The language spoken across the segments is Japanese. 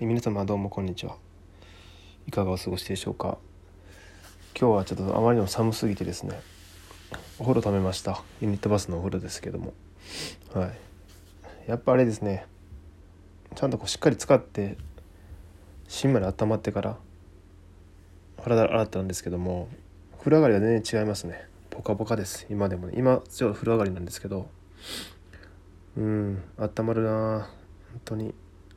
皆様どうもこんにちは。いかがお過ごしでしょうか。今日はちょっとあまりにも寒すぎてですね、お風呂ためました。ユニットバスのお風呂ですけども、やっぱあれですね、ちゃんとしっかり使って芯まで温まってから体洗ったんですけども、風呂上がりは全然違いますね。ポカポカです。今でもね、今ちょうど風呂上がりなんですけど、温まるな本当に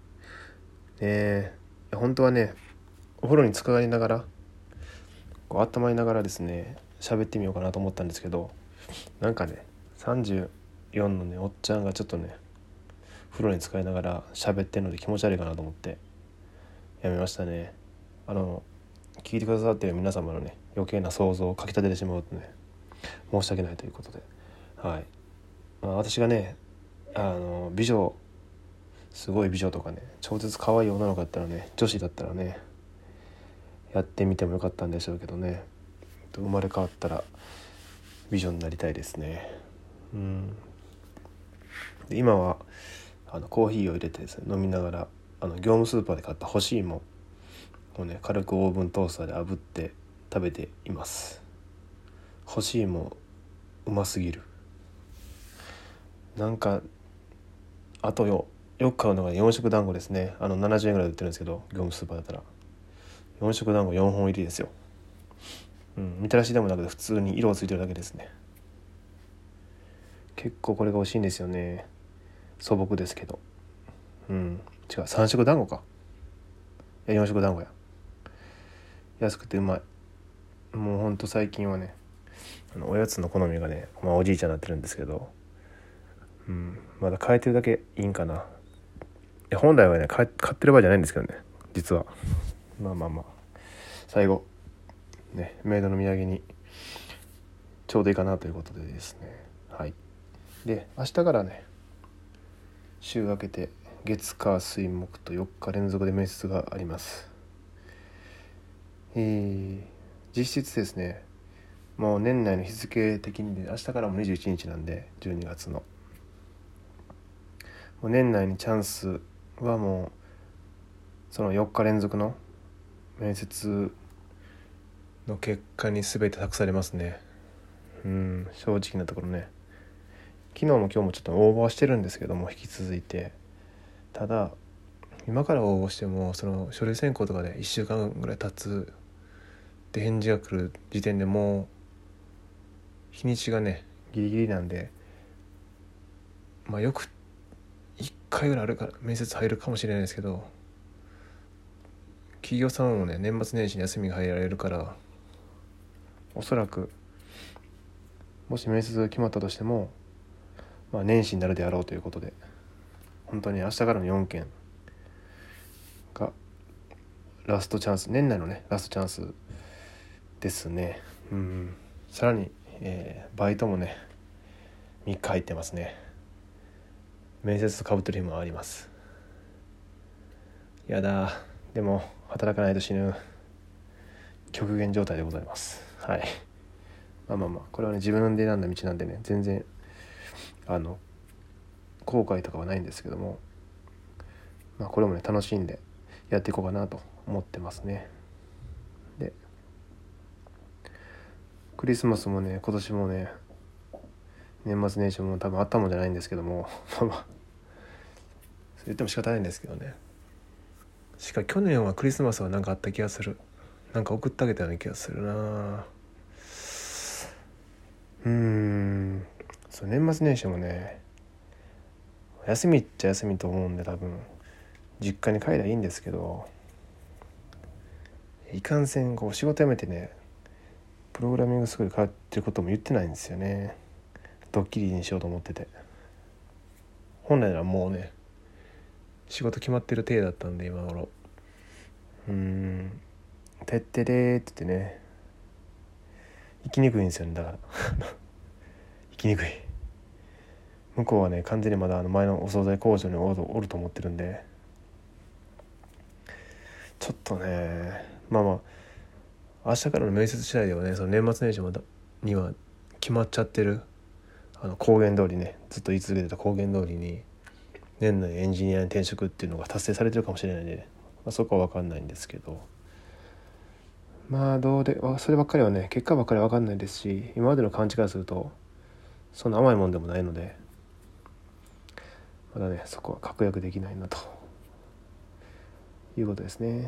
本当はね、お風呂に浸かりながら温まりながらですね喋ってみようかなと思ったんですけど、なんかね34のねおっちゃんがちょっとね風呂に浸かりながら喋ってるので気持ち悪いかなと思ってやめましたね。聞いてくださっている皆様のね余計な想像をかきたててしまうとね申し訳ないということで、私がね美女すごい美女とかね超絶可愛い女の子だったらね、女子だったらねやってみてもよかったんでしょうけどね、生まれ変わったら美女になりたいですね。で今はコーヒーを入れてですね飲みながら業務スーパーで買った干し芋をね軽くオーブントースターで炙って食べています。干し芋うますぎる。なんかあとよく買うのが4色団子ですね。70円ぐらいで売ってるんですけど、業務スーパーだったら4色団子4本入りですよ。みたらしでもなくて普通に色がついてるだけですね。結構これが美味しいんですよね。素朴ですけど。違う、3色団子か。いや4色団子や。安くてうまい。もうほんと最近はねおやつの好みがね、おじいちゃんになってるんですけど、まだ変えてるだけいいんかな。本来はね買ってる場合じゃないんですけどね、実は。最後ねメイドの土産にちょうどいいかなということでですね。で明日からね週明けて月火水木と4日連続で面接があります。実質ですね、もう年内の日付的にで明日からも21日なんで12月のもう年内にチャンスはもうその4日連続の面接の結果に全て託されますね。正直なところね、昨日も今日もちょっと応募はしてるんですけども、引き続いてただ今から応募してもその書類選考とかで1週間ぐらい経つで返事が来る時点でもう日にちがねギリギリなんで、よく1回ぐらいあるから面接入るかもしれないですけど、企業さんもね年末年始に休みが入られるから、おそらくもし面接が決まったとしても、年始になるであろうということで、本当に明日からの4件がラストチャンス、年内のねラストチャンスですね。さらに、バイトもね3日入ってますね。面接と被ってる日もあります。やだ、でも働かないと死ぬ極限状態でございます。これはね自分で選んだ道なんでね、全然後悔とかはないんですけども、これもね楽しんでやっていこうかなと思ってますね。でクリスマスもね今年もね年末年始も多分あったもんじゃないんですけどもそう言っても仕方ないんですけどね。しかし去年はクリスマスはなんかあった気がする。なんか送ってあげたような気がするな。そう年末年始もね休みっちゃ休みと思うんで、多分実家に帰りゃいいんですけど、いかんせん仕事辞めてねプログラミングスクール通ってることも言ってないんですよね。ドッキリにしようと思ってて、本来ならもうね仕事決まってる体だったんで今頃てってれーって言ってね生きにくいんですよね。だから生きにくい。向こうはね完全にまだ前のお惣菜工場におると思ってるんで、ちょっとね明日からの面接次第ではねその年末年始には決まっちゃってる公言通りね、ずっと言い続けてた公言通りに年内エンジニアに転職っていうのが達成されてるかもしれないんで、 そこは分かんないんですけど、どうでそればっかりはね、結果ばっかりは分かんないですし、今までの勘違いするとそんな甘いもんでもないので、まだねそこは確約できないなということですね。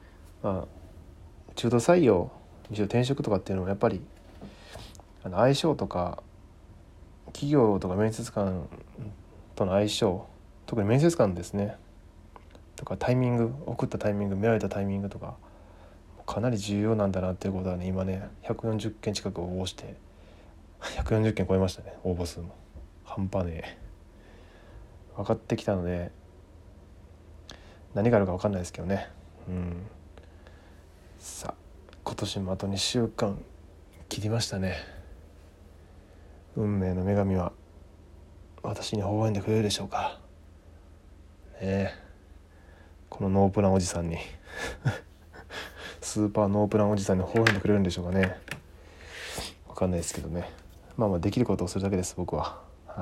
中途採用にしろ転職とかっていうのもやっぱり相性とか、企業とか面接官との相性、特に面接官ですねとか、タイミング、送ったタイミング、見られたタイミングとかかなり重要なんだなっていうことはね、今ね140件近く応募して140件超えましたね。応募数も半端ねえ分かってきたので、何があるか分かんないですけどね。さあ今年もあと2週間切りましたね。運命の女神は私に微笑んでくれるでしょうかね。このノープランおじさんにスーパーノープランおじさんに微笑んでくれるんでしょうかね。分かんないですけどね。できることをするだけです、僕は。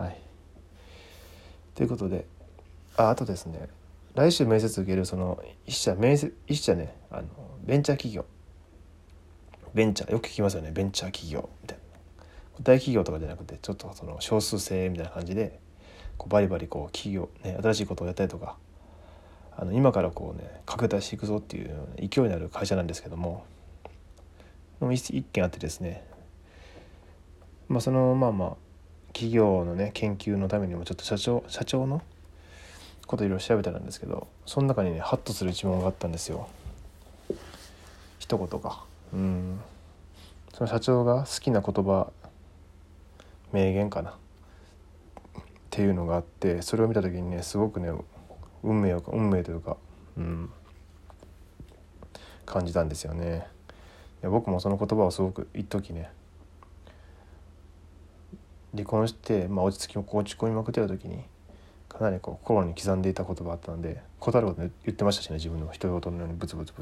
ということで、あとですね、来週面接受けるその一社ね、ベンチャー企業、ベンチャーよく聞きますよね。ベンチャー企業みたいな、大企業とかじゃなくて、ちょっとその少数精鋭みたいな感じでバリバリ企業ね、新しいことをやったりとか、今から拡大していくぞっていう勢いのある会社なんですけども、一件あってですね、その企業のね研究のためにもちょっと社長のこといろいろ調べたんですけど、その中にねハッとする一問があったんですよ。一言がその社長が好きな言葉、名言かなっていうのがあって、それを見た時にね、すごくね運命というか、感じたんですよね。僕もその言葉をすごく一時ね、離婚して落ち込みまくってた時にかなり心に刻んでいた言葉があったので、断ること言ってましたしね、自分の独り言のようにブツブツ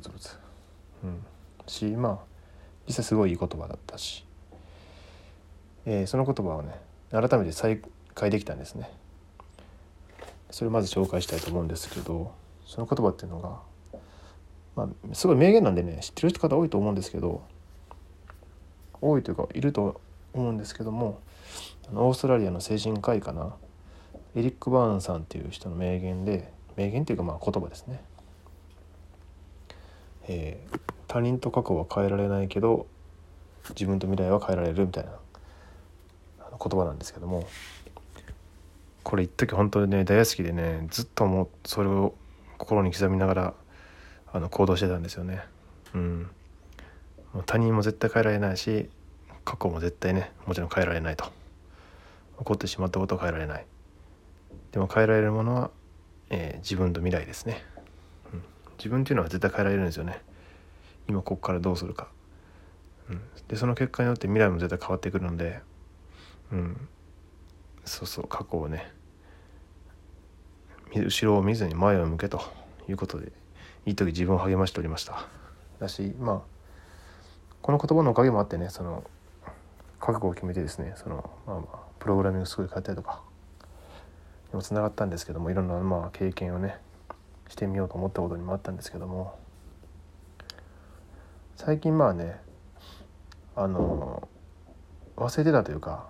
実際すごいいい言葉だったし、その言葉をね改めて再開できたんですね。それをまず紹介したいと思うんですけど、その言葉っていうのがすごい名言なんでね、知ってる方多いと思うんですけど、多いというかいると思うんですけども、オーストラリアの精神科医かな、エリック・バーンさんっていう人の名言っていうか言葉ですね。他人と過去は変えられないけど自分と未来は変えられるみたいな言葉なんですけども、これ一時本当にね大好きでね、ずっともうそれを心に刻みながら行動してたんですよね。もう他人も絶対変えられないし、過去も絶対ねもちろん変えられないと。起こってしまったことを変えられない。でも変えられるものは、自分と未来ですね。自分っていうのは絶対変えられるんですよね。今ここからどうするか、でその結果によって未来も絶対変わってくるので、過去をね後ろを見ずに前を向けということで、いい時自分を励ましておりましただし、この言葉のおかげもあってね、その覚悟を決めてですね、プログラミングスクール通ったりとかにもつながったんですけども、いろんな経験をねしてみようと思ったことにもあったんですけども、最近忘れてたというか、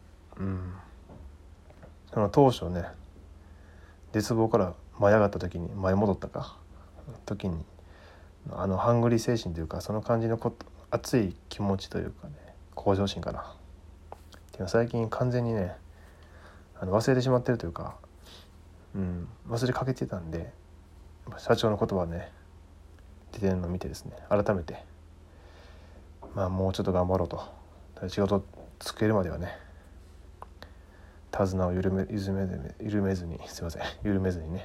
その当初ね絶望から舞い上がった時に戻った時にハングリー精神というか、その感じの熱い気持ちというかね、向上心かなっていうのは最近完全にね忘れてしまってるというか、忘れかけてたんで、社長の言葉ね出てるのを見てですね、改めてもうちょっと頑張ろうと、仕事つけるまではね手綱を緩めずにね、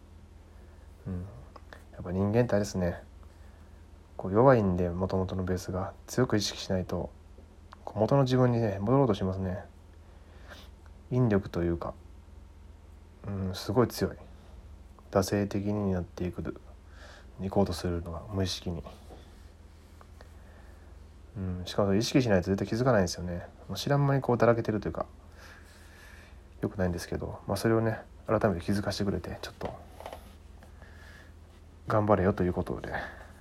やっぱ人間ってあれですね、弱いんで元々のベースが強く意識しないと元の自分にね戻ろうとしますね。引力というか、すごい強い惰性的になっていこうとするのが無意識に、しかも意識しないと絶対気づかないんですよね。知らん間にだらけてるというかよくないんですけど、それをね改めて気づかせてくれて、ちょっと頑張れよということで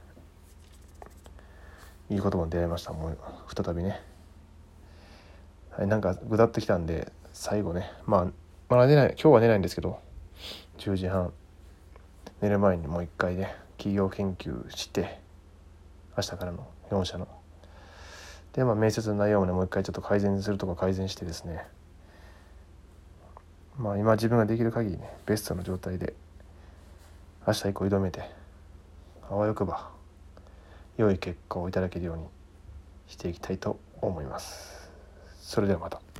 いい言葉に出会いました。もう再びね、はい、なんかぐだっときたんで最後ね、まだ寝ない、今日は寝ないんですけど10時半寝る前にもう一回ね企業研究して明日からの4社ので、面接の内容もねもう一回ちょっと改善するとこ改善してですね、今自分ができる限りねベストの状態で明日以降挑めて、あわよくば良い結果をいただけるようにしていきたいと思います。それではまた。